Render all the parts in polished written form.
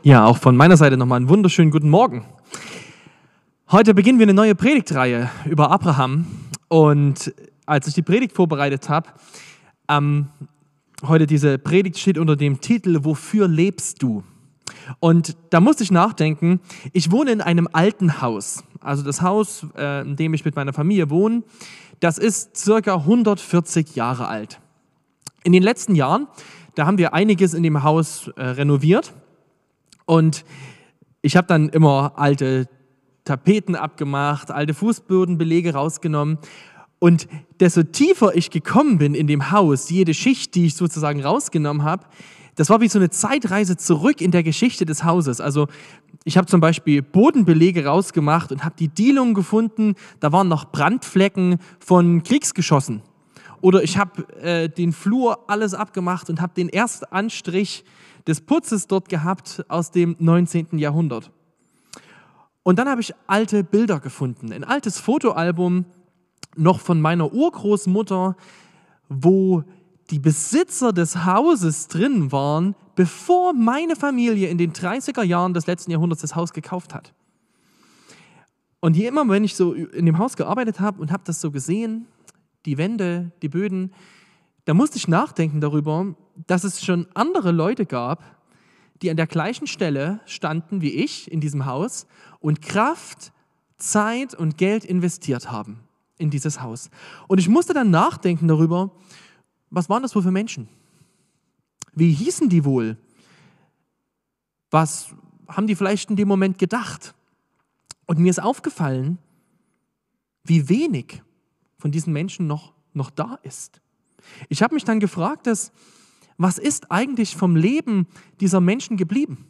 Ja, auch von meiner Seite nochmal einen wunderschönen guten Morgen. Heute beginnen wir eine neue Predigtreihe über Abraham. Und als ich die Predigt vorbereitet habe, heute diese Predigt steht unter dem Titel "Wofür lebst du?" Und da musste ich nachdenken. Ich wohne in einem alten Haus. Also das Haus, in dem ich mit meiner Familie wohne, das ist circa 140 Jahre alt. In den letzten Jahren, da haben wir einiges in dem Haus renoviert. Und ich habe dann immer alte Tapeten abgemacht, alte Fußbodenbelege rausgenommen. Und desto tiefer ich gekommen bin in dem Haus, jede Schicht, die ich sozusagen rausgenommen habe, das war wie so eine Zeitreise zurück in der Geschichte des Hauses. Also ich habe zum Beispiel Bodenbelege rausgemacht und habe die Dielungen gefunden, da waren noch Brandflecken von Kriegsgeschossen. Oder ich habe den Flur alles abgemacht und habe den ersten Anstrich des Putzes dort gehabt aus dem 19. Jahrhundert. Und dann habe ich alte Bilder gefunden, ein altes Fotoalbum noch von meiner Urgroßmutter, wo die Besitzer des Hauses drin waren, bevor meine Familie in den 30er Jahren des letzten Jahrhunderts das Haus gekauft hat. Und je immer, wenn ich so in dem Haus gearbeitet habe und habe das so gesehen, die Wände, die Böden, da musste ich nachdenken darüber, dass es schon andere Leute gab, die an der gleichen Stelle standen wie ich in diesem Haus und Kraft, Zeit und Geld investiert haben in dieses Haus. Und ich musste dann nachdenken darüber, was waren das wohl für Menschen? Wie hießen die wohl? Was haben die vielleicht in dem Moment gedacht? Und mir ist aufgefallen, wie wenig von diesen Menschen noch da ist. Ich habe mich dann gefragt, was ist eigentlich vom Leben dieser Menschen geblieben?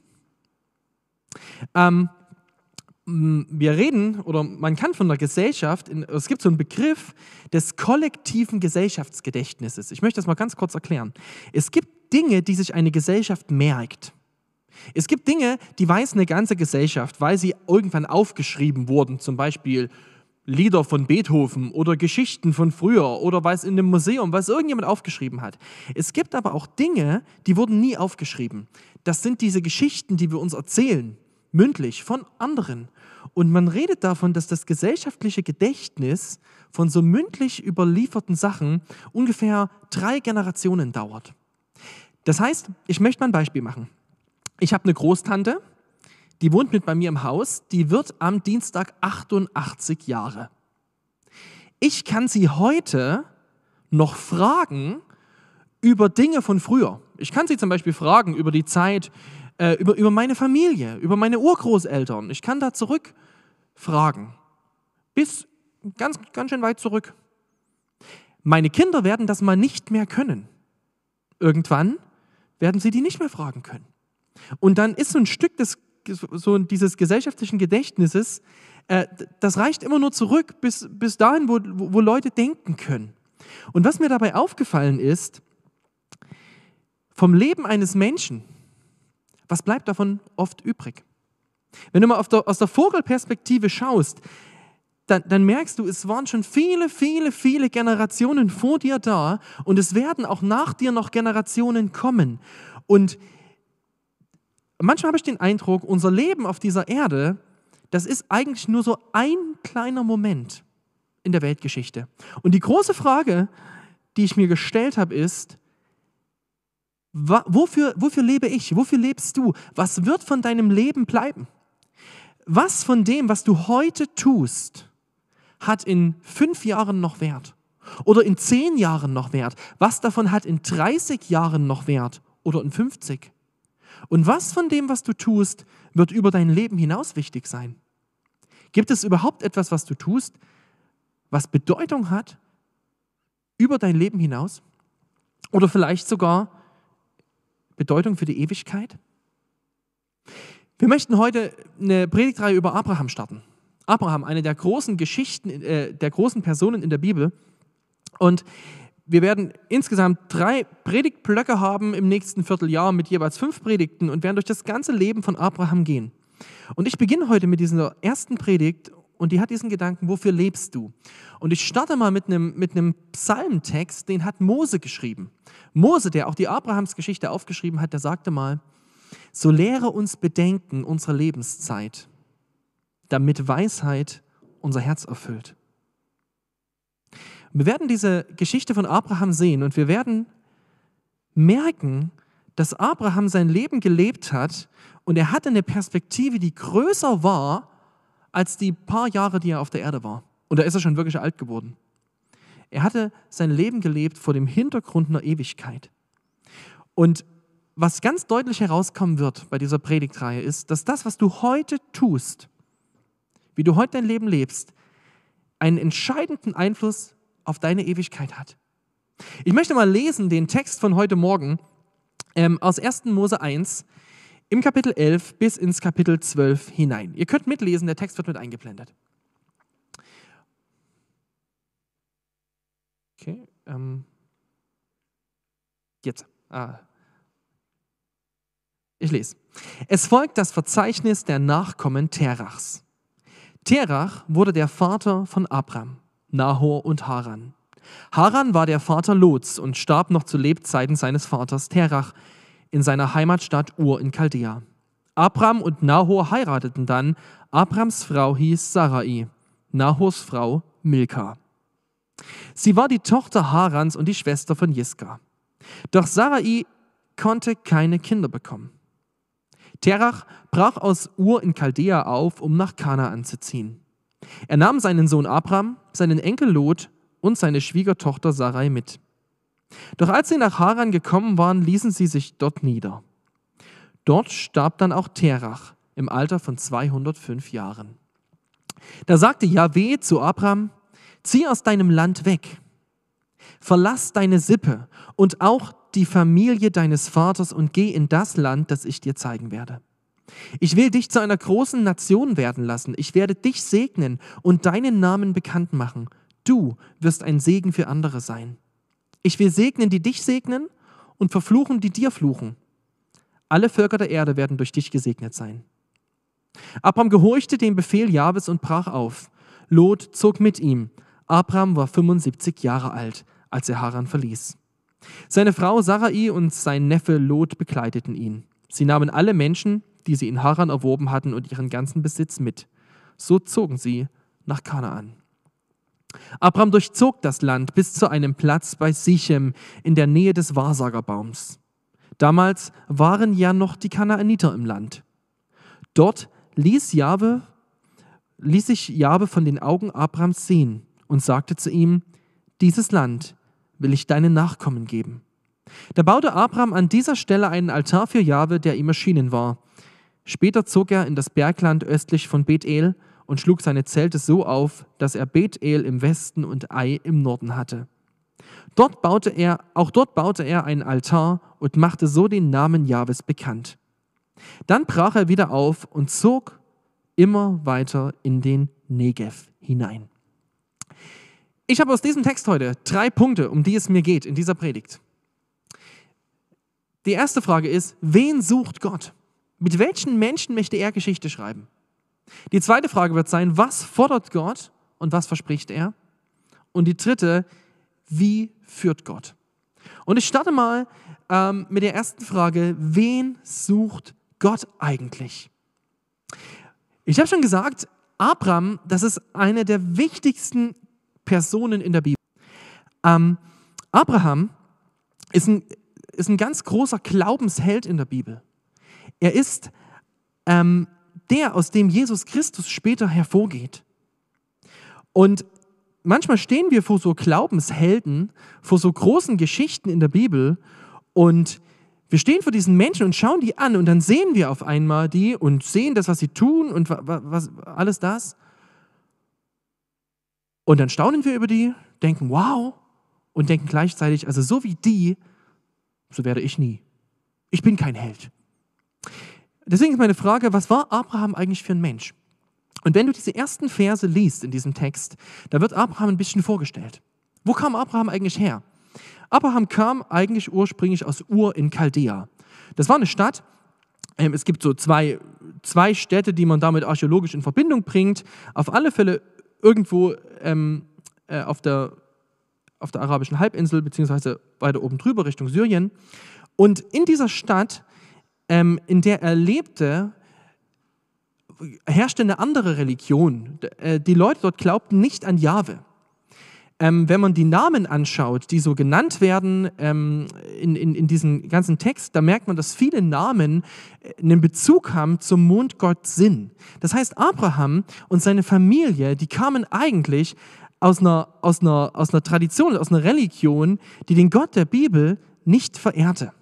Wir reden, oder man kann von der Gesellschaft, es gibt so einen Begriff des kollektiven Gesellschaftsgedächtnisses. Ich möchte das mal ganz kurz erklären. Es gibt Dinge, die sich eine Gesellschaft merkt. Es gibt Dinge, die weiß eine ganze Gesellschaft, weil sie irgendwann aufgeschrieben wurden, zum Beispiel Lieder von Beethoven oder Geschichten von früher oder weil es in einem Museum, weil es irgendjemand aufgeschrieben hat. Es gibt aber auch Dinge, die wurden nie aufgeschrieben. Das sind diese Geschichten, die wir uns erzählen, mündlich, von anderen. Und man redet davon, dass das gesellschaftliche Gedächtnis von so mündlich überlieferten Sachen ungefähr 3 Generationen dauert. Das heißt, ich möchte mal ein Beispiel machen. Ich habe eine Großtante, die wohnt mit bei mir im Haus, die wird am Dienstag 88 Jahre. Ich kann sie heute noch fragen über Dinge von früher. Ich kann sie zum Beispiel fragen über die Zeit, über meine Familie, über meine Urgroßeltern. Ich kann da zurückfragen, bis ganz schön weit zurück. Meine Kinder werden das mal nicht mehr können. Irgendwann werden sie die nicht mehr fragen können. Und dann ist so ein Stück dieses gesellschaftlichen Gedächtnisses, das reicht immer nur zurück bis dahin, wo Leute denken können. Und was mir dabei aufgefallen ist, vom Leben eines Menschen, was bleibt davon oft übrig? Wenn du mal aus der Vogelperspektive schaust, dann merkst du, es waren schon viele, viele, viele Generationen vor dir da und es werden auch nach dir noch Generationen kommen. Und manchmal habe ich den Eindruck, unser Leben auf dieser Erde, das ist eigentlich nur so ein kleiner Moment in der Weltgeschichte. Und die große Frage, die ich mir gestellt habe, ist, wofür lebe ich? Wofür lebst du? Was wird von deinem Leben bleiben? Was von dem, was du heute tust, hat in 5 Jahren noch Wert? Oder in 10 Jahren noch Wert? Was davon hat in 30 Jahren noch Wert? Oder in 50? Und was von dem, was du tust, wird über dein Leben hinaus wichtig sein? Gibt es überhaupt etwas, was du tust, was Bedeutung hat über dein Leben hinaus? Oder vielleicht sogar Bedeutung für die Ewigkeit? Wir möchten heute eine Predigtreihe über Abraham starten. Abraham, eine der großen Geschichten, der großen Personen in der Bibel. Und wir werden insgesamt 3 Predigtblöcke haben im nächsten Vierteljahr mit jeweils 5 Predigten und werden durch das ganze Leben von Abraham gehen. Und ich beginne heute mit dieser ersten Predigt und die hat diesen Gedanken, wofür lebst du? Und ich starte mal mit einem Psalmtext, den hat Mose geschrieben. Mose, der auch die Abrahamsgeschichte aufgeschrieben hat, der sagte mal, so lehre uns Bedenken unserer Lebenszeit, damit Weisheit unser Herz erfüllt. Wir werden diese Geschichte von Abraham sehen und wir werden merken, dass Abraham sein Leben gelebt hat und er hatte eine Perspektive, die größer war als die paar Jahre, die er auf der Erde war. Und da ist er schon wirklich alt geworden. Er hatte sein Leben gelebt vor dem Hintergrund einer Ewigkeit. Und was ganz deutlich herauskommen wird bei dieser Predigtreihe ist, dass das, was du heute tust, wie du heute dein Leben lebst, einen entscheidenden Einfluss auf deine Ewigkeit hat. Ich möchte mal lesen den Text von heute Morgen aus 1. Mose 1 im Kapitel 11 bis ins Kapitel 12 hinein. Ihr könnt mitlesen, der Text wird mit eingeblendet. Okay, jetzt. Ich lese. Es folgt das Verzeichnis der Nachkommen Terachs. Terach wurde der Vater von Abram, Nahor und Haran. Haran war der Vater Lots und starb noch zu Lebzeiten seines Vaters Terach in seiner Heimatstadt Ur in Chaldea. Abram und Nahor heirateten dann. Abrams Frau hieß Sarai, Nahors Frau Milka. Sie war die Tochter Harans und die Schwester von Jiska. Doch Sarai konnte keine Kinder bekommen. Terach brach aus Ur in Chaldea auf, um nach Kanaan zu ziehen. Er nahm seinen Sohn Abram, seinen Enkel Lot und seine Schwiegertochter Sarai mit. Doch als sie nach Haran gekommen waren, ließen sie sich dort nieder. Dort starb dann auch Terach im Alter von 205 Jahren. Da sagte Jahwe zu Abram: Zieh aus deinem Land weg, verlass deine Sippe und auch die Familie deines Vaters und geh in das Land, das ich dir zeigen werde. Ich will dich zu einer großen Nation werden lassen. Ich werde dich segnen und deinen Namen bekannt machen. Du wirst ein Segen für andere sein. Ich will segnen, die dich segnen, und verfluchen, die dir fluchen. Alle Völker der Erde werden durch dich gesegnet sein. Abram gehorchte dem Befehl Jahwes und brach auf. Lot zog mit ihm. Abram war 75 Jahre alt, als er Haran verließ. Seine Frau Sarai und sein Neffe Lot begleiteten ihn. Sie nahmen alle Menschen, die sie in Haran erworben hatten, und ihren ganzen Besitz mit. So zogen sie nach Kanaan. Abram durchzog das Land bis zu einem Platz bei Sichem in der Nähe des Wahrsagerbaums. Damals waren ja noch die Kanaaniter im Land. Dort ließ sich Jahwe von den Augen Abrams sehen und sagte zu ihm: Dieses Land will ich deinen Nachkommen geben. Da baute Abram an dieser Stelle einen Altar für Jahwe, der ihm erschienen war. Später zog er in das Bergland östlich von Bethel und schlug seine Zelte so auf, dass er Bethel im Westen und Ai im Norden hatte. Dort baute er einen Altar und machte so den Namen Jahwes bekannt. Dann brach er wieder auf und zog immer weiter in den Negev hinein. Ich habe aus diesem Text heute 3 Punkte, um die es mir geht in dieser Predigt. Die erste Frage ist: Wen sucht Gott? Mit welchen Menschen möchte er Geschichte schreiben? Die zweite Frage wird sein: Was fordert Gott und was verspricht er? Und die dritte: Wie führt Gott? Und ich starte mal mit der ersten Frage: Wen sucht Gott eigentlich? Ich habe schon gesagt, Abram, das ist eine der wichtigsten Personen in der Bibel. Abraham ist ein ganz großer Glaubensheld in der Bibel. Er ist der, aus dem Jesus Christus später hervorgeht. Und manchmal stehen wir vor so Glaubenshelden, vor so großen Geschichten in der Bibel, und wir stehen vor diesen Menschen und schauen die an, und dann sehen wir auf einmal die und sehen das, was sie tun und was alles das. Und dann staunen wir über die, denken wow, und denken gleichzeitig, also so wie die, so werde ich nie. Ich bin kein Held. Deswegen ist meine Frage: Was war Abraham eigentlich für ein Mensch? Und wenn du diese ersten Verse liest in diesem Text, da wird Abraham ein bisschen vorgestellt. Wo kam Abraham eigentlich her? Abraham kam eigentlich ursprünglich aus Ur in Chaldea. Das war eine Stadt. Es gibt so zwei Städte, die man damit archäologisch in Verbindung bringt. Auf alle Fälle irgendwo auf der arabischen Halbinsel, beziehungsweise weiter oben drüber Richtung Syrien. Und in dieser Stadt in der er lebte, herrschte eine andere Religion. Die Leute dort glaubten nicht an Jahwe. Wenn man die Namen anschaut, die so genannt werden in diesem ganzen Text, da merkt man, dass viele Namen einen Bezug haben zum Mondgott Sin. Das heißt, Abraham und seine Familie, die kamen eigentlich aus einer Tradition, aus einer Religion, die den Gott der Bibel nicht verehrte.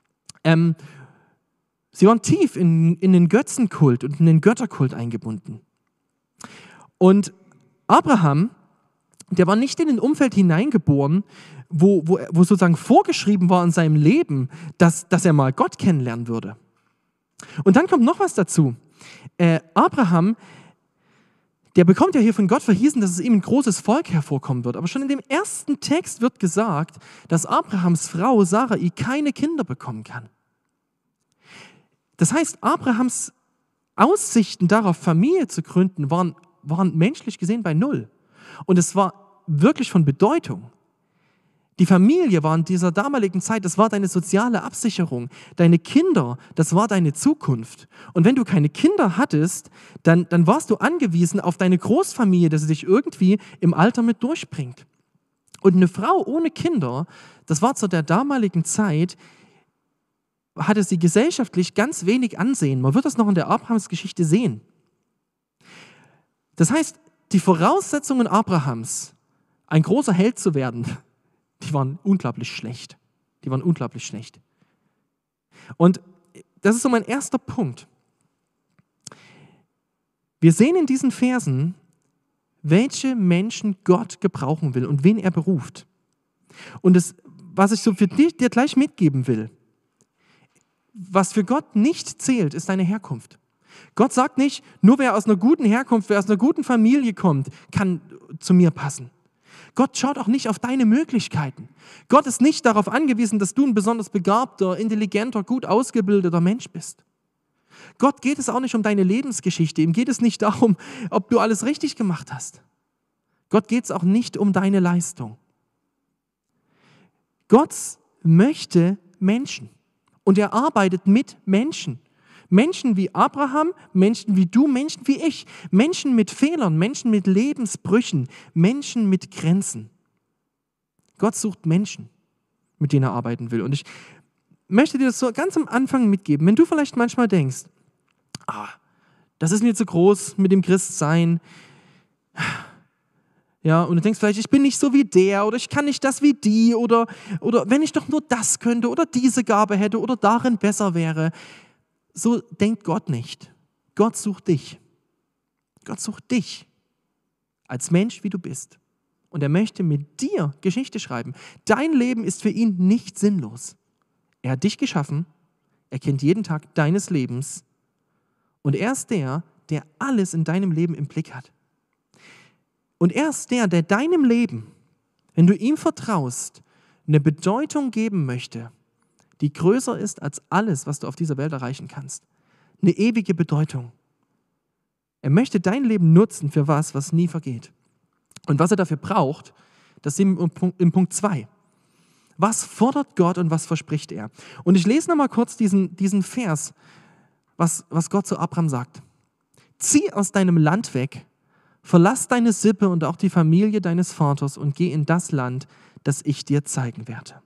Sie waren tief in den Götzenkult und in den Götterkult eingebunden. Und Abraham, der war nicht in ein Umfeld hineingeboren, wo sozusagen vorgeschrieben war in seinem Leben, dass er mal Gott kennenlernen würde. Und dann kommt noch was dazu. Abraham, der bekommt ja hier von Gott verheißen, dass es ihm ein großes Volk hervorkommen wird. Aber schon in dem ersten Text wird gesagt, dass Abrahams Frau Sarai keine Kinder bekommen kann. Das heißt, Abrahams Aussichten darauf, Familie zu gründen, waren menschlich gesehen bei null. Und es war wirklich von Bedeutung. Die Familie war in dieser damaligen Zeit, das war deine soziale Absicherung. Deine Kinder, das war deine Zukunft. Und wenn du keine Kinder hattest, dann warst du angewiesen auf deine Großfamilie, dass sie dich irgendwie im Alter mit durchbringt. Und eine Frau ohne Kinder, das war zu der damaligen Zeit, hatte sie gesellschaftlich ganz wenig Ansehen. Man wird das noch in der Abrahams-Geschichte sehen. Das heißt, die Voraussetzungen Abrahams, ein großer Held zu werden, die waren unglaublich schlecht. Die waren unglaublich schlecht. Und das ist so mein erster Punkt. Wir sehen in diesen Versen, welche Menschen Gott gebrauchen will und wen er beruft. Und das, was ich so für dir gleich mitgeben will, was für Gott nicht zählt, ist deine Herkunft. Gott sagt nicht, nur wer aus einer guten Herkunft, wer aus einer guten Familie kommt, kann zu mir passen. Gott schaut auch nicht auf deine Möglichkeiten. Gott ist nicht darauf angewiesen, dass du ein besonders begabter, intelligenter, gut ausgebildeter Mensch bist. Gott geht es auch nicht um deine Lebensgeschichte. Ihm geht es nicht darum, ob du alles richtig gemacht hast. Gott geht es auch nicht um deine Leistung. Gott möchte Menschen. Und er arbeitet mit Menschen. Menschen wie Abraham, Menschen wie du, Menschen wie ich. Menschen mit Fehlern, Menschen mit Lebensbrüchen, Menschen mit Grenzen. Gott sucht Menschen, mit denen er arbeiten will. Und ich möchte dir das so ganz am Anfang mitgeben. Wenn du vielleicht manchmal denkst, das ist mir zu groß mit dem Christsein. Ja, und du denkst vielleicht, ich bin nicht so wie der oder ich kann nicht das wie die oder wenn ich doch nur das könnte oder diese Gabe hätte oder darin besser wäre. So denkt Gott nicht. Gott sucht dich. Gott sucht dich als Mensch, wie du bist. Und er möchte mit dir Geschichte schreiben. Dein Leben ist für ihn nicht sinnlos. Er hat dich geschaffen, er kennt jeden Tag deines Lebens und er ist der alles in deinem Leben im Blick hat. Und er ist der deinem Leben, wenn du ihm vertraust, eine Bedeutung geben möchte, die größer ist als alles, was du auf dieser Welt erreichen kannst. Eine ewige Bedeutung. Er möchte dein Leben nutzen für was nie vergeht. Und was er dafür braucht, das sehen wir im Punkt 2. Was fordert Gott und was verspricht er? Und ich lese nochmal kurz diesen Vers, was Gott zu Abraham sagt. Zieh aus deinem Land weg, verlass deine Sippe und auch die Familie deines Vaters und geh in das Land, das ich dir zeigen werde.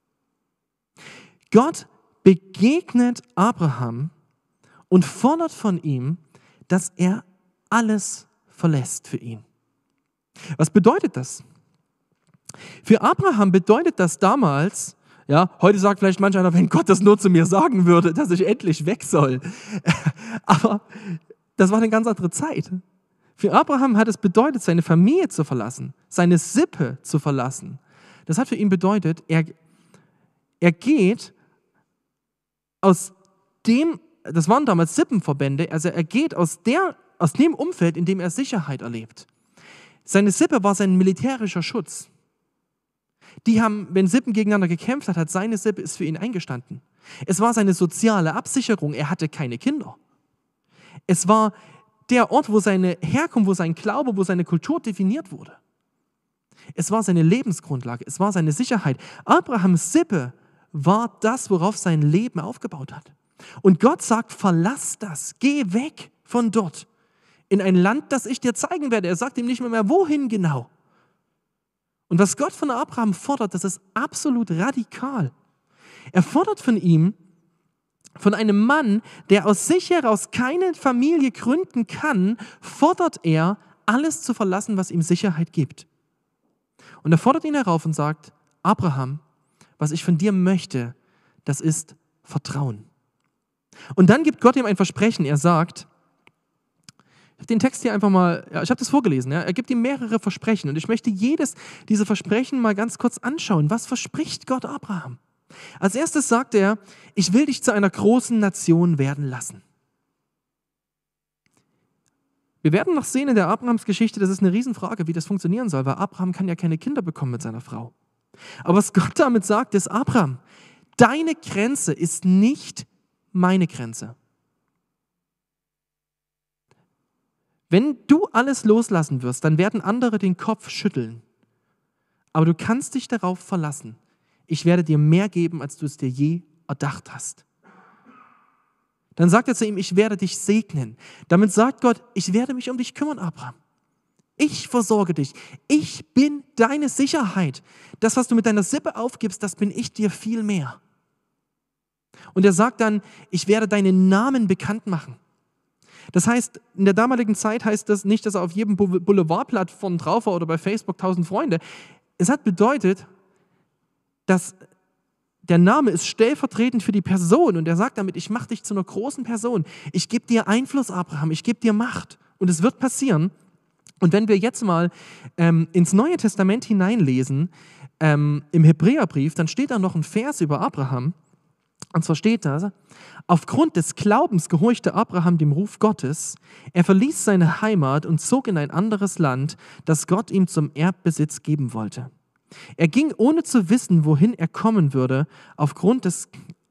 Gott begegnet Abraham und fordert von ihm, dass er alles verlässt für ihn. Was bedeutet das? Für Abraham bedeutet das damals, ja, heute sagt vielleicht manch einer, wenn Gott das nur zu mir sagen würde, dass ich endlich weg soll. Aber das war eine ganz andere Zeit. Für Abraham hat es bedeutet, seine Familie zu verlassen, seine Sippe zu verlassen. Das hat für ihn bedeutet, er geht aus dem, das waren damals Sippenverbände, also er geht aus dem Umfeld, in dem er Sicherheit erlebt. Seine Sippe war sein militärischer Schutz. Die haben, wenn Sippen gegeneinander gekämpft hat seine Sippe ist für ihn eingestanden. Es war seine soziale Absicherung, er hatte keine Kinder. Es war der Ort, wo seine Herkunft, wo sein Glaube, wo seine Kultur definiert wurde. Es war seine Lebensgrundlage, es war seine Sicherheit. Abrahams Sippe war das, worauf sein Leben aufgebaut hat. Und Gott sagt, verlass das, geh weg von dort in ein Land, das ich dir zeigen werde. Er sagt ihm nicht mehr, wohin genau. Und was Gott von Abraham fordert, das ist absolut radikal. Er fordert von ihm, von einem Mann, der aus sich heraus keine Familie gründen kann, fordert er, alles zu verlassen, was ihm Sicherheit gibt. Und er fordert ihn herauf und sagt, Abraham, was ich von dir möchte, das ist Vertrauen. Und dann gibt Gott ihm ein Versprechen. Er sagt, ich habe den Text hier einfach mal, ich habe das vorgelesen, er gibt ihm mehrere Versprechen und ich möchte jedes dieser Versprechen mal ganz kurz anschauen. Was verspricht Gott Abraham? Als erstes sagt er, ich will dich zu einer großen Nation werden lassen. Wir werden noch sehen in der Abrahams-Geschichte, das ist eine Riesenfrage, wie das funktionieren soll, weil Abraham kann ja keine Kinder bekommen mit seiner Frau. Aber was Gott damit sagt, ist, Abraham, deine Grenze ist nicht meine Grenze. Wenn du alles loslassen wirst, dann werden andere den Kopf schütteln. Aber du kannst dich darauf verlassen. Ich werde dir mehr geben, als du es dir je erdacht hast. Dann sagt er zu ihm, ich werde dich segnen. Damit sagt Gott, ich werde mich um dich kümmern, Abraham. Ich versorge dich. Ich bin deine Sicherheit. Das, was du mit deiner Sippe aufgibst, das bin ich dir viel mehr. Und er sagt dann, ich werde deinen Namen bekannt machen. Das heißt, in der damaligen Zeit heißt das nicht, dass er auf jedem Boulevardblatt von drauf war oder bei Facebook 1000 Freunde. Es hat bedeutet, dass der Name ist stellvertretend für die Person und er sagt damit, ich mache dich zu einer großen Person. Ich gebe dir Einfluss, Abraham, ich gebe dir Macht und es wird passieren. Und wenn wir jetzt mal ins Neue Testament hineinlesen, im Hebräerbrief, dann steht da noch ein Vers über Abraham. Und zwar steht da, aufgrund des Glaubens gehorchte Abraham dem Ruf Gottes. Er verließ seine Heimat und zog in ein anderes Land, das Gott ihm zum Erbbesitz geben wollte. Er ging, ohne zu wissen, wohin er kommen würde. Aufgrund des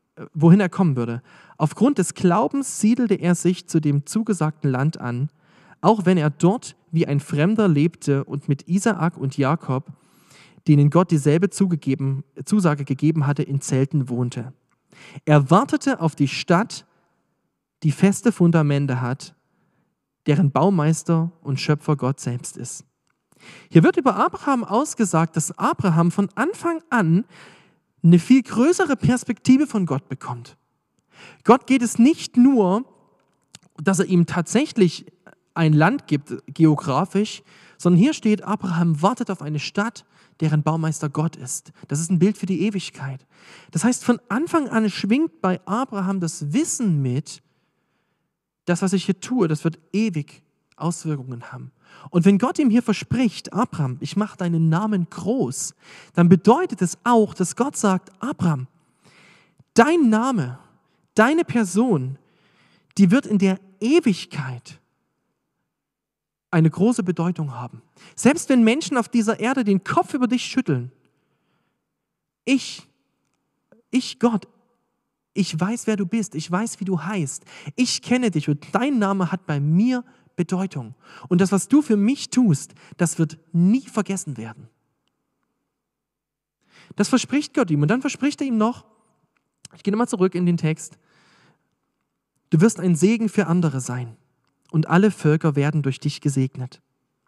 Glaubens siedelte er sich zu dem zugesagten Land an, auch wenn er dort wie ein Fremder lebte und mit Isaak und Jakob, denen Gott dieselbe Zusage gegeben hatte, in Zelten wohnte. Er wartete auf die Stadt, die feste Fundamente hat, deren Baumeister und Schöpfer Gott selbst ist. Hier wird über Abraham ausgesagt, dass Abraham von Anfang an eine viel größere Perspektive von Gott bekommt. Gott geht es nicht nur, dass er ihm tatsächlich ein Land gibt, geografisch, sondern hier steht, Abraham wartet auf eine Stadt, deren Baumeister Gott ist. Das ist ein Bild für die Ewigkeit. Das heißt, von Anfang an schwingt bei Abraham das Wissen mit, das, was ich hier tue, das wird ewig Auswirkungen haben. Und wenn Gott ihm hier verspricht, Abraham, ich mache deinen Namen groß, dann bedeutet es auch, dass Gott sagt, Abraham, dein Name, deine Person, die wird in der Ewigkeit eine große Bedeutung haben. Selbst wenn Menschen auf dieser Erde den Kopf über dich schütteln, ich Gott, ich weiß, wer du bist, ich weiß, wie du heißt, ich kenne dich und dein Name hat bei mir Bedeutung. Und das, was du für mich tust, das wird nie vergessen werden. Das verspricht Gott ihm. Und dann verspricht er ihm noch, ich gehe nochmal zurück in den Text, du wirst ein Segen für andere sein. Und alle Völker werden durch dich gesegnet.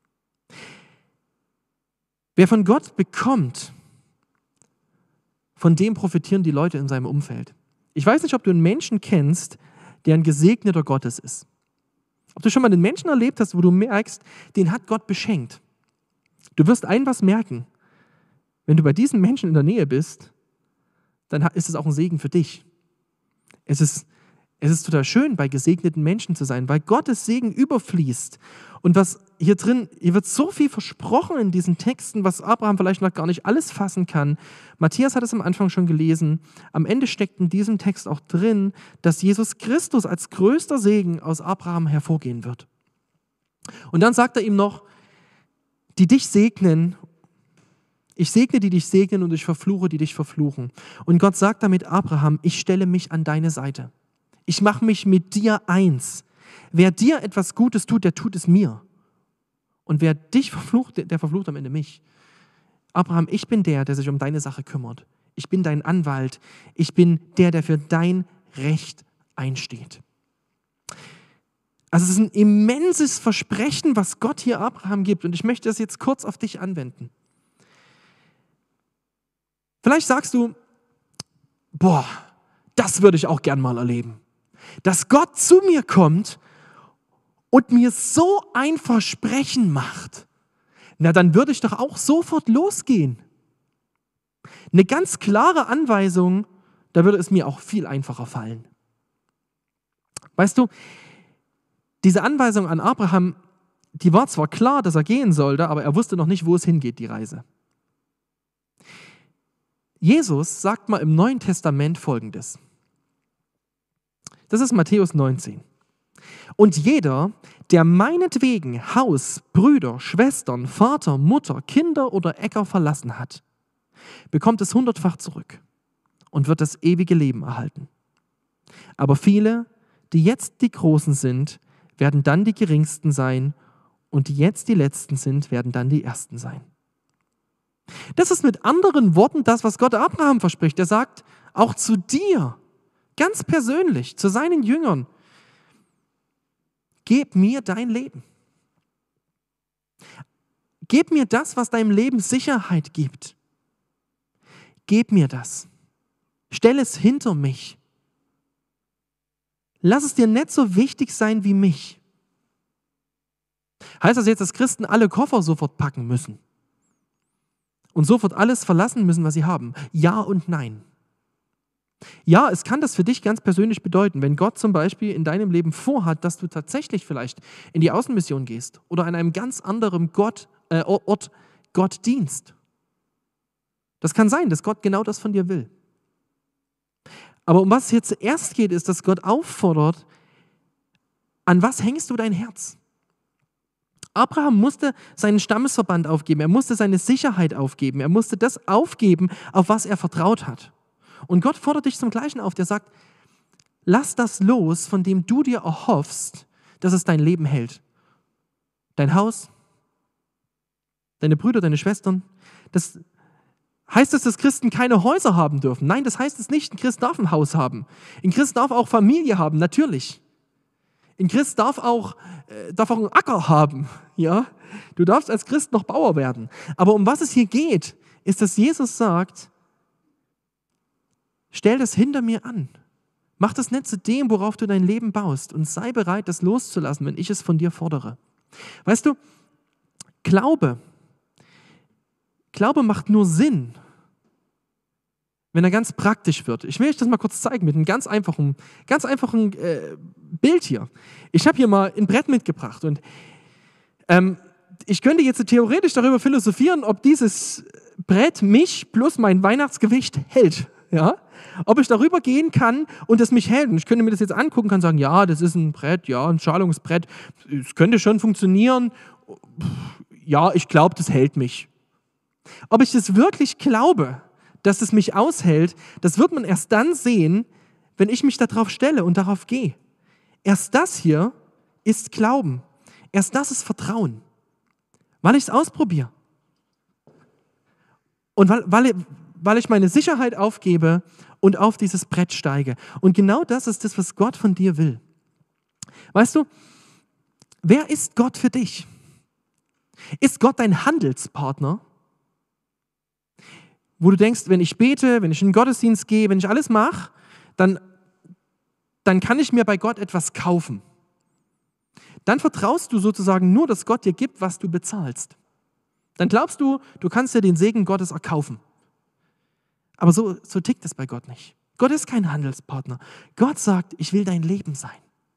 Wer von Gott bekommt, von dem profitieren die Leute in seinem Umfeld. Ich weiß nicht, ob du einen Menschen kennst, der ein gesegneter Gottes ist. Ob du schon mal einen Menschen erlebt hast, wo du merkst, den hat Gott beschenkt. Du wirst was merken. Wenn du bei diesem Menschen in der Nähe bist, dann ist es auch ein Segen für dich. Es ist total schön, bei gesegneten Menschen zu sein, weil Gottes Segen überfließt. Und was hier wird so viel versprochen in diesen Texten, was Abraham vielleicht noch gar nicht alles fassen kann. Matthias hat es am Anfang schon gelesen. Am Ende steckt in diesem Text auch drin, dass Jesus Christus als größter Segen aus Abraham hervorgehen wird. Und dann sagt er ihm noch, die dich segnen, ich segne, die dich segnen und ich verfluche, die dich verfluchen. Und Gott sagt damit Abraham, ich stelle mich an deine Seite. Ich mache mich mit dir eins. Wer dir etwas Gutes tut, der tut es mir. Und wer dich verflucht, der verflucht am Ende mich. Abraham, ich bin der sich um deine Sache kümmert. Ich bin dein Anwalt. Ich bin der für dein Recht einsteht. Also es ist ein immenses Versprechen, was Gott hier Abraham gibt. Und ich möchte das jetzt kurz auf dich anwenden. Vielleicht sagst du, boah, das würde ich auch gern mal erleben. Dass Gott zu mir kommt und mir so ein Versprechen macht. Na, dann würde ich doch auch sofort losgehen. Eine ganz klare Anweisung, da würde es mir auch viel einfacher fallen. Weißt du, diese Anweisung an Abraham, die war zwar klar, dass er gehen sollte, aber er wusste noch nicht, wo es hingeht, die Reise. Jesus sagt mal im Neuen Testament Folgendes. Das ist Matthäus 19. Und jeder, der meinetwegen Haus, Brüder, Schwestern, Vater, Mutter, Kinder oder Äcker verlassen hat, bekommt es 100-fach zurück und wird das ewige Leben erhalten. Aber viele, die jetzt die Großen sind, werden dann die Geringsten sein und die jetzt die Letzten sind, werden dann die Ersten sein. Das ist mit anderen Worten das, was Gott Abraham verspricht. Er sagt auch zu dir, ganz persönlich, zu seinen Jüngern, gib mir dein Leben. Gib mir das, was deinem Leben Sicherheit gibt. Gib mir das. Stell es hinter mich. Lass es dir nicht so wichtig sein wie mich. Heißt das jetzt, dass Christen alle Koffer sofort packen müssen? Und sofort alles verlassen müssen, was sie haben? Ja und nein. Ja, es kann das für dich ganz persönlich bedeuten, wenn Gott zum Beispiel in deinem Leben vorhat, dass du tatsächlich vielleicht in die Außenmission gehst oder an einem ganz anderen Ort Gott dienst. Das kann sein, dass Gott genau das von dir will. Aber um was es hier zuerst geht, ist, dass Gott auffordert, an was hängst du dein Herz? Abraham musste seinen Stammesverband aufgeben, er musste seine Sicherheit aufgeben, er musste das aufgeben, auf was er vertraut hat. Und Gott fordert dich zum Gleichen auf, der sagt, lass das los, von dem du dir erhoffst, dass es dein Leben hält. Dein Haus, deine Brüder, deine Schwestern. Das heißt es, dass Christen keine Häuser haben dürfen? Nein, das heißt es nicht. Ein Christ darf ein Haus haben. Ein Christ darf auch Familie haben, natürlich. Ein Christ darf auch einen Acker haben. Ja? Du darfst als Christ noch Bauer werden. Aber um was es hier geht, ist, dass Jesus sagt, stell das hinter mir an. Mach das nicht zu dem, worauf du dein Leben baust und sei bereit, das loszulassen, wenn ich es von dir fordere. Weißt du, Glaube macht nur Sinn, wenn er ganz praktisch wird. Ich will euch das mal kurz zeigen mit einem ganz einfachen Bild hier. Ich habe hier mal ein Brett mitgebracht und ich könnte jetzt theoretisch darüber philosophieren, ob dieses Brett mich plus mein Weihnachtsgewicht hält. Ja? Ob ich darüber gehen kann und es mich hält. Und ich könnte mir das jetzt angucken und kann sagen, ja, das ist ein Brett, ja, ein Schalungsbrett. Es könnte schon funktionieren. Ja, ich glaube, das hält mich. Ob ich das wirklich glaube, dass es mich aushält, das wird man erst dann sehen, wenn ich mich darauf stelle und darauf gehe. Erst das hier ist Glauben. Erst das ist Vertrauen. Weil ich es ausprobiere. Und weil ich meine Sicherheit aufgebe und auf dieses Brett steige. Und genau das ist das, was Gott von dir will. Weißt du, wer ist Gott für dich? Ist Gott dein Handelspartner? Wo du denkst, wenn ich bete, wenn ich in den Gottesdienst gehe, wenn ich alles mache, dann kann ich mir bei Gott etwas kaufen. Dann vertraust du sozusagen nur, dass Gott dir gibt, was du bezahlst. Dann glaubst du, du kannst dir den Segen Gottes erkaufen. Aber so tickt es bei Gott nicht. Gott ist kein Handelspartner. Gott sagt, ich will dein Leben sein.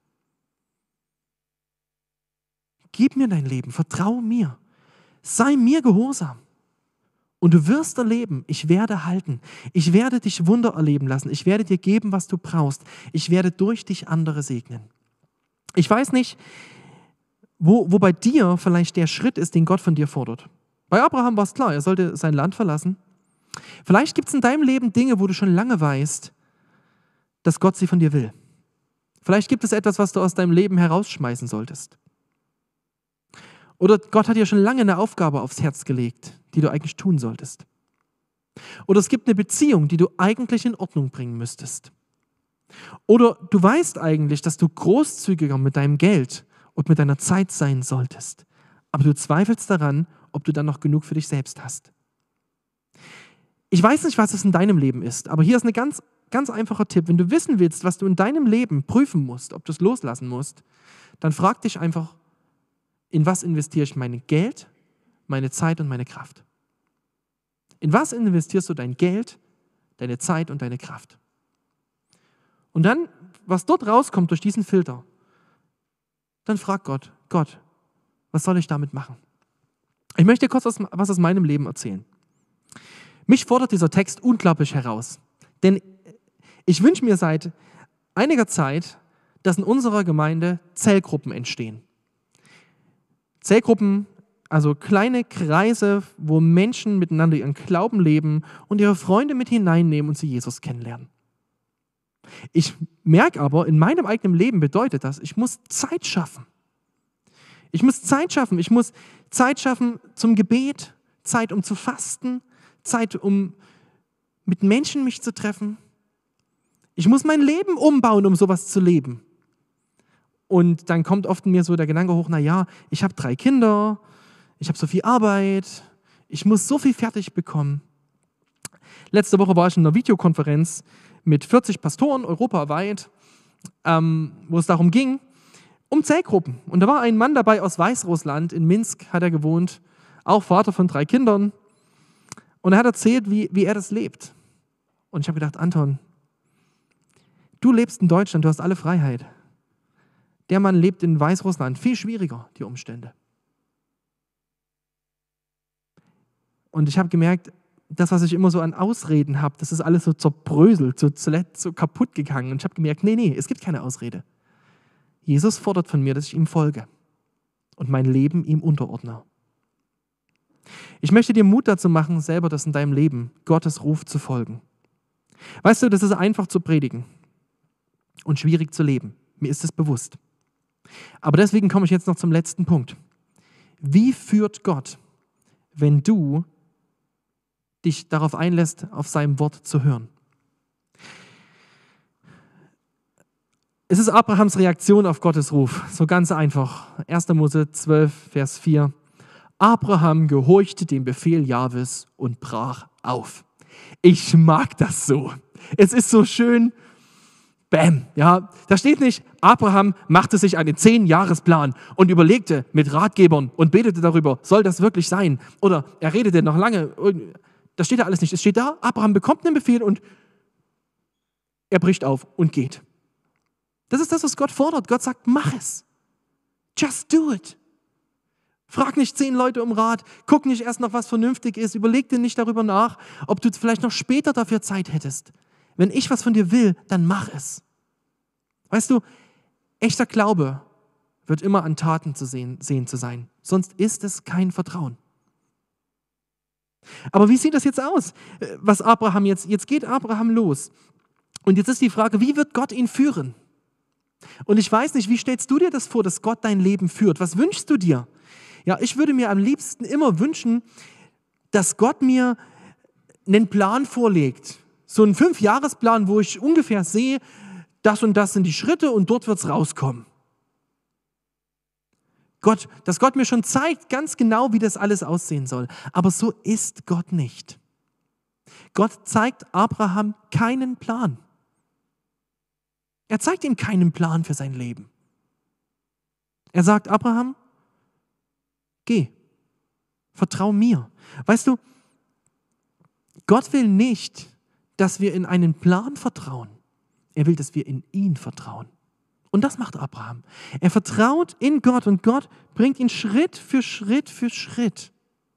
Gib mir dein Leben, vertraue mir, sei mir gehorsam. Und du wirst erleben, ich werde halten. Ich werde dich Wunder erleben lassen. Ich werde dir geben, was du brauchst. Ich werde durch dich andere segnen. Ich weiß nicht, wo bei dir vielleicht der Schritt ist, den Gott von dir fordert. Bei Abraham war es klar, er sollte sein Land verlassen. Vielleicht gibt es in deinem Leben Dinge, wo du schon lange weißt, dass Gott sie von dir will. Vielleicht gibt es etwas, was du aus deinem Leben herausschmeißen solltest. Oder Gott hat dir schon lange eine Aufgabe aufs Herz gelegt, die du eigentlich tun solltest. Oder es gibt eine Beziehung, die du eigentlich in Ordnung bringen müsstest. Oder du weißt eigentlich, dass du großzügiger mit deinem Geld und mit deiner Zeit sein solltest, aber du zweifelst daran, ob du dann noch genug für dich selbst hast. Ich weiß nicht, was es in deinem Leben ist, aber hier ist ein ganz, ganz einfacher Tipp. Wenn du wissen willst, was du in deinem Leben prüfen musst, ob du es loslassen musst, dann frag dich einfach, in was investiere ich mein Geld, meine Zeit und meine Kraft? In was investierst du dein Geld, deine Zeit und deine Kraft? Und dann, was dort rauskommt durch diesen Filter, dann frag Gott, was soll ich damit machen? Ich möchte dir kurz was aus meinem Leben erzählen. Mich fordert dieser Text unglaublich heraus, denn ich wünsche mir seit einiger Zeit, dass in unserer Gemeinde Zellgruppen entstehen. Zellgruppen, also kleine Kreise, wo Menschen miteinander ihren Glauben leben und ihre Freunde mit hineinnehmen und sie Jesus kennenlernen. Ich merke aber, in meinem eigenen Leben bedeutet das, ich muss Zeit schaffen. Ich muss Zeit schaffen zum Gebet, Zeit um zu fasten, Zeit um mit Menschen mich zu treffen. Ich muss mein Leben umbauen, um sowas zu leben. Und dann kommt oft in mir so der Gedanke hoch, ich habe 3 Kinder, ich habe so viel Arbeit, ich muss so viel fertig bekommen. Letzte Woche war ich in einer Videokonferenz mit 40 Pastoren europaweit, wo es darum ging, um Zellgruppen. Und da war ein Mann dabei aus Weißrussland, in Minsk hat er gewohnt, auch Vater von 3 Kindern. Und er hat erzählt, wie er das lebt. Und ich habe gedacht, Anton, du lebst in Deutschland, du hast alle Freiheit. Der Mann lebt in Weißrussland, viel schwieriger, die Umstände. Und ich habe gemerkt, das, was ich immer so an Ausreden habe, das ist alles so zerbröselt, so kaputt gegangen. Und ich habe gemerkt, nee, es gibt keine Ausrede. Jesus fordert von mir, dass ich ihm folge und mein Leben ihm unterordne. Ich möchte dir Mut dazu machen, selber das in deinem Leben, Gottes Ruf zu folgen. Weißt du, das ist einfach zu predigen und schwierig zu leben. Mir ist es bewusst. Aber deswegen komme ich jetzt noch zum letzten Punkt. Wie führt Gott, wenn du dich darauf einlässt, auf seinem Wort zu hören? Es ist Abrahams Reaktion auf Gottes Ruf. So ganz einfach. 1. Mose 12, Vers 4. Abraham gehorchte dem Befehl Jahwes und brach auf. Ich mag das so. Es ist so schön. Bäm. Ja, da steht nicht, Abraham machte sich einen 10-Jahresplan und überlegte mit Ratgebern und betete darüber, soll das wirklich sein? Oder er redete noch lange. Das steht da alles nicht. Es steht da, Abraham bekommt einen Befehl und er bricht auf und geht. Das ist das, was Gott fordert. Gott sagt, mach es. Just do it. Frag nicht 10 Leute um Rat, guck nicht erst noch, was vernünftig ist, überleg dir nicht darüber nach, ob du vielleicht noch später dafür Zeit hättest. Wenn ich was von dir will, dann mach es. Weißt du, echter Glaube wird immer an Taten zu sehen zu sein, sonst ist es kein Vertrauen. Aber wie sieht das jetzt aus? Was Abraham jetzt geht Abraham los. Und jetzt ist die Frage, wie wird Gott ihn führen? Und ich weiß nicht, wie stellst du dir das vor, dass Gott dein Leben führt? Was wünschst du dir? Ja, ich würde mir am liebsten immer wünschen, dass Gott mir einen Plan vorlegt. So einen 5-Jahresplan, wo ich ungefähr sehe, das und das sind die Schritte und dort wird es rauskommen. Dass Gott mir schon zeigt, ganz genau, wie das alles aussehen soll. Aber so ist Gott nicht. Gott zeigt Abraham keinen Plan. Er zeigt ihm keinen Plan für sein Leben. Er sagt, Abraham, geh, vertrau mir. Weißt du, Gott will nicht, dass wir in einen Plan vertrauen. Er will, dass wir in ihn vertrauen. Und das macht Abraham. Er vertraut in Gott und Gott bringt ihn Schritt für Schritt für Schritt.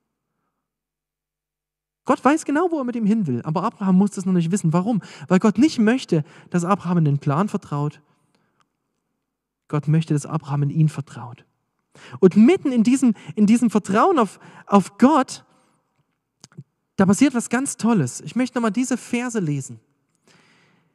Gott weiß genau, wo er mit ihm hin will, aber Abraham muss das noch nicht wissen. Warum? Weil Gott nicht möchte, dass Abraham in den Plan vertraut. Gott möchte, dass Abraham in ihn vertraut. Und mitten in diesem Vertrauen auf Gott, da passiert was ganz Tolles. Ich möchte nochmal diese Verse lesen.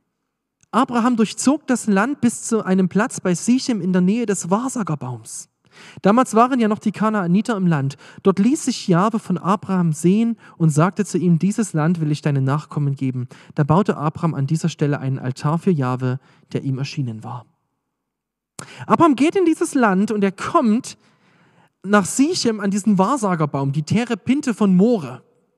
Abraham durchzog das Land bis zu einem Platz bei Sichem in der Nähe des Wahrsagerbaums. Damals waren ja noch die Kanaaniter im Land. Dort ließ sich Jahwe von Abraham sehen und sagte zu ihm, dieses Land will ich deinen Nachkommen geben. Da baute Abraham an dieser Stelle einen Altar für Jahwe, der ihm erschienen war. Abraham geht in dieses Land und er kommt nach Sichem an diesen Wahrsagerbaum, die Terepinte von More.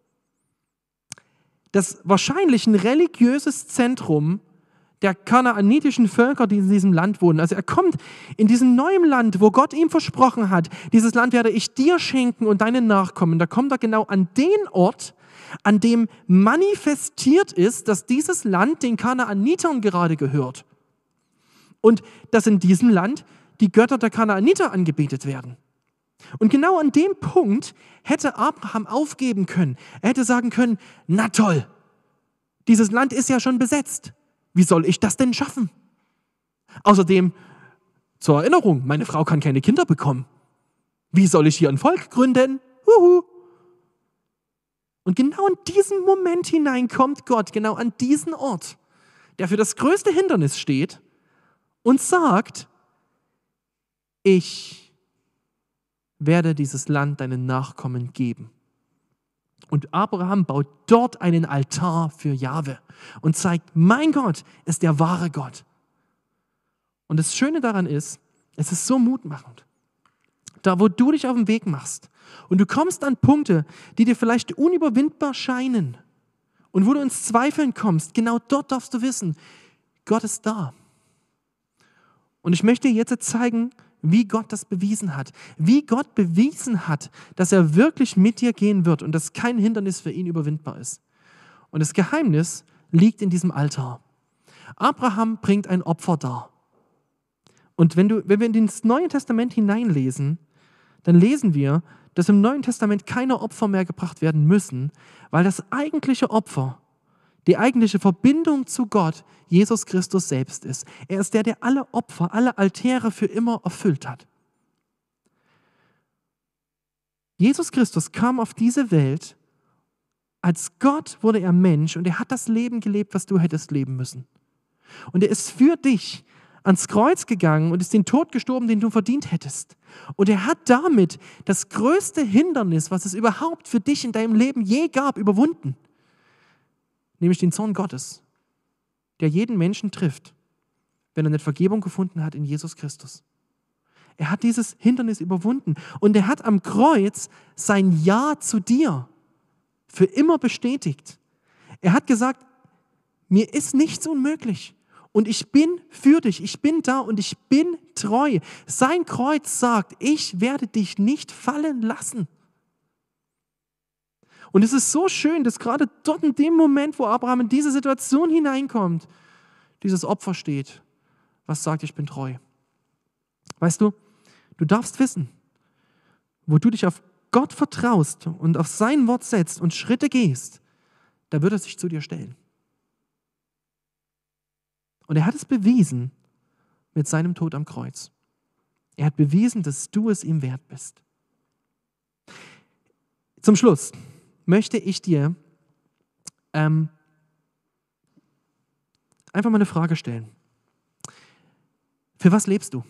Das wahrscheinlich ein religiöses Zentrum der kanaanitischen Völker, die in diesem Land wohnen. Also er kommt in diesem neuen Land, wo Gott ihm versprochen hat, dieses Land werde ich dir schenken und deinen Nachkommen. Da kommt er genau an den Ort, an dem manifestiert ist, dass dieses Land den Kanaanitern gerade gehört. Und dass in diesem Land die Götter der Kanaaniter angebetet werden. Und genau an dem Punkt hätte Abraham aufgeben können. Er hätte sagen können, na toll, dieses Land ist ja schon besetzt. Wie soll ich das denn schaffen? Außerdem, zur Erinnerung, meine Frau kann keine Kinder bekommen. Wie soll ich hier ein Volk gründen? Huhu. Und genau in diesen Moment hinein kommt Gott, genau an diesen Ort, der für das größte Hindernis steht und sagt, ich werde dieses Land deinen Nachkommen geben. Und Abraham baut dort einen Altar für Jahwe und zeigt, mein Gott ist der wahre Gott. Und das Schöne daran ist, es ist so mutmachend. Da, wo du dich auf den Weg machst und du kommst an Punkte, die dir vielleicht unüberwindbar scheinen und wo du ins Zweifeln kommst, genau dort darfst du wissen, Gott ist da. Und ich möchte dir jetzt zeigen, wie Gott das bewiesen hat. Wie Gott bewiesen hat, dass er wirklich mit dir gehen wird und dass kein Hindernis für ihn überwindbar ist. Und das Geheimnis liegt in diesem Altar. Abraham bringt ein Opfer dar. Und wenn wir in das Neue Testament hineinlesen, dann lesen wir, dass im Neuen Testament keine Opfer mehr gebracht werden müssen, weil das eigentliche Opfer, die eigentliche Verbindung zu Gott Jesus Christus selbst ist. Er ist der, der alle Opfer, alle Altäre für immer erfüllt hat. Jesus Christus kam auf diese Welt, als Gott wurde er Mensch und er hat das Leben gelebt, was du hättest leben müssen. Und er ist für dich ans Kreuz gegangen und ist den Tod gestorben, den du verdient hättest. Und er hat damit das größte Hindernis, was es überhaupt für dich in deinem Leben je gab, überwunden. Nämlich den Zorn Gottes, der jeden Menschen trifft, wenn er nicht Vergebung gefunden hat in Jesus Christus. Er hat dieses Hindernis überwunden und er hat am Kreuz sein Ja zu dir für immer bestätigt. Er hat gesagt, mir ist nichts unmöglich und ich bin für dich, ich bin da und ich bin treu. Sein Kreuz sagt, ich werde dich nicht fallen lassen. Und es ist so schön, dass gerade dort in dem Moment, wo Abraham in diese Situation hineinkommt, dieses Opfer steht, was sagt, ich bin treu. Weißt du, du darfst wissen, wo du dich auf Gott vertraust und auf sein Wort setzt und Schritte gehst, da wird er sich zu dir stellen. Und er hat es bewiesen mit seinem Tod am Kreuz. Er hat bewiesen, dass du es ihm wert bist. Zum Schluss möchte ich dir einfach mal eine Frage stellen. Für was lebst du?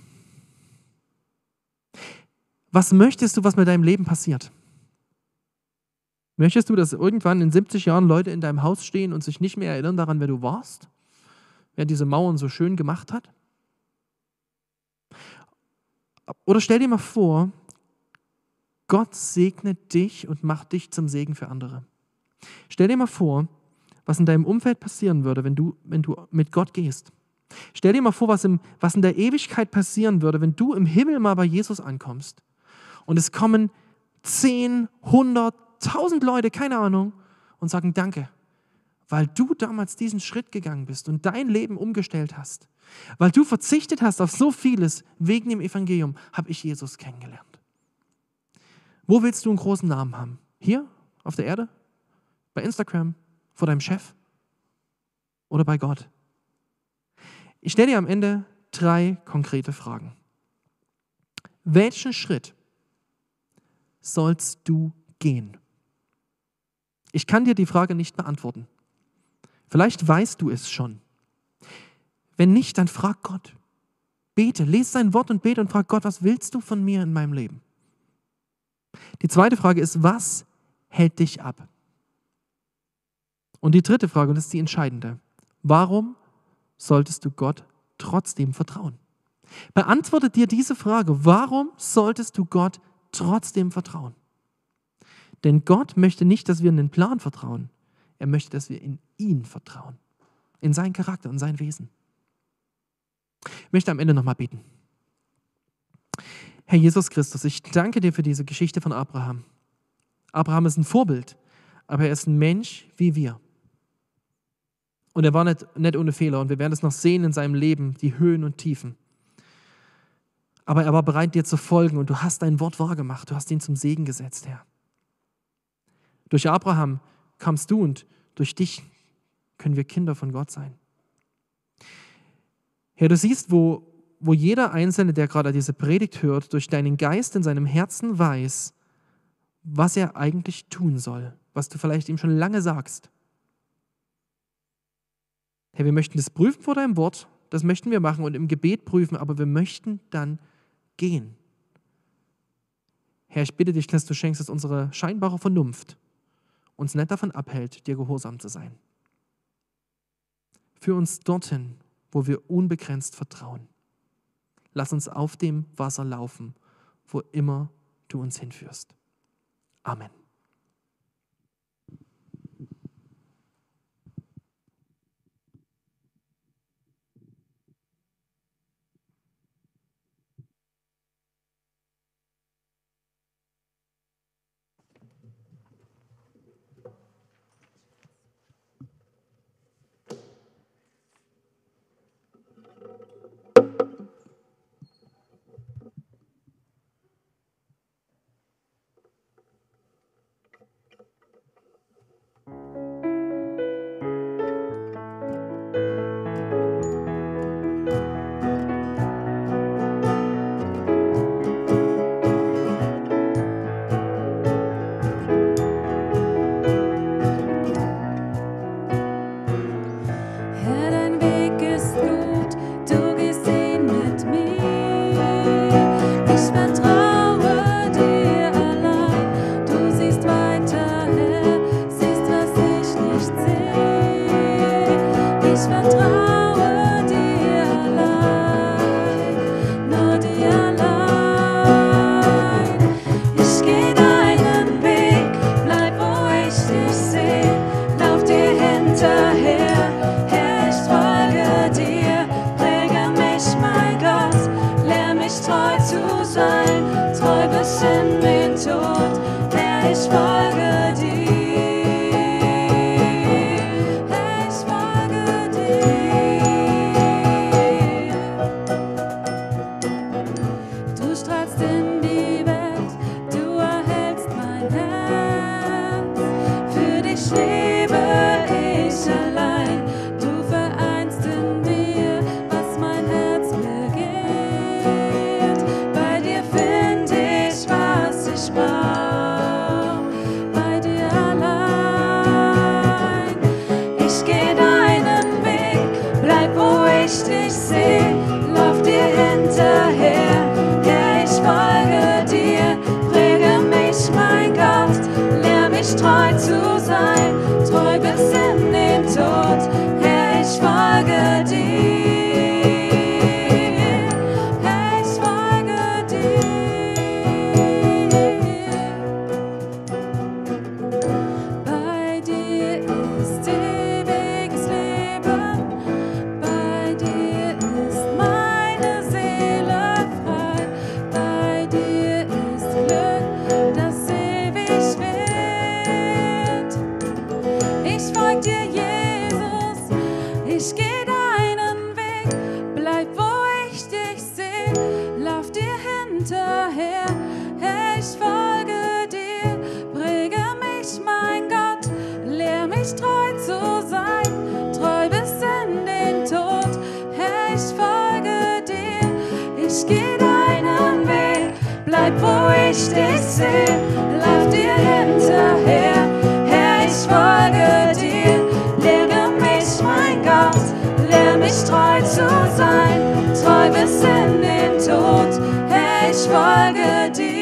Was möchtest du, was mit deinem Leben passiert? Möchtest du, dass irgendwann in 70 Jahren Leute in deinem Haus stehen und sich nicht mehr erinnern daran, wer du warst? Wer diese Mauern so schön gemacht hat? Oder stell dir mal vor, Gott segnet dich und macht dich zum Segen für andere. Stell dir mal vor, was in deinem Umfeld passieren würde, wenn du mit Gott gehst. Stell dir mal vor, was in der Ewigkeit passieren würde, wenn du im Himmel mal bei Jesus ankommst. Und es kommen 10, 100, 1000 Leute, keine Ahnung, und sagen Danke, weil du damals diesen Schritt gegangen bist und dein Leben umgestellt hast. Weil du verzichtet hast auf so vieles wegen dem Evangelium, habe ich Jesus kennengelernt. Wo willst du einen großen Namen haben? Hier auf der Erde? Bei Instagram? Vor deinem Chef? Oder bei Gott? Ich stelle dir am Ende 3 konkrete Fragen. Welchen Schritt sollst du gehen? Ich kann dir die Frage nicht beantworten. Vielleicht weißt du es schon. Wenn nicht, dann frag Gott. Bete, lese sein Wort und bete und frag Gott, was willst du von mir in meinem Leben? Die zweite Frage ist, was hält dich ab? Und die dritte Frage, und das ist die entscheidende, warum solltest du Gott trotzdem vertrauen? Beantworte dir diese Frage, warum solltest du Gott trotzdem vertrauen? Denn Gott möchte nicht, dass wir in den Plan vertrauen, er möchte, dass wir in ihn vertrauen, in seinen Charakter und sein Wesen. Ich möchte am Ende nochmal beten. Herr Jesus Christus, ich danke dir für diese Geschichte von Abraham. Abraham ist ein Vorbild, aber er ist ein Mensch wie wir. Und er war nicht ohne Fehler und wir werden es noch sehen in seinem Leben, die Höhen und Tiefen. Aber er war bereit, dir zu folgen und du hast dein Wort wahrgemacht, du hast ihn zum Segen gesetzt, Herr. Durch Abraham kamst du und durch dich können wir Kinder von Gott sein. Herr, du siehst, wo jeder Einzelne, der gerade diese Predigt hört, durch deinen Geist in seinem Herzen weiß, was er eigentlich tun soll, was du vielleicht ihm schon lange sagst. Herr, wir möchten das prüfen vor deinem Wort, das möchten wir machen und im Gebet prüfen, aber wir möchten dann gehen. Herr, ich bitte dich, dass du schenkst, dass unsere scheinbare Vernunft uns nicht davon abhält, dir gehorsam zu sein. Führ uns dorthin, wo wir unbegrenzt vertrauen. Lass uns auf dem Wasser laufen, wo immer du uns hinführst. Amen. Treu zu sein, treu treu bis in den Tod. Herr, ich folge dir.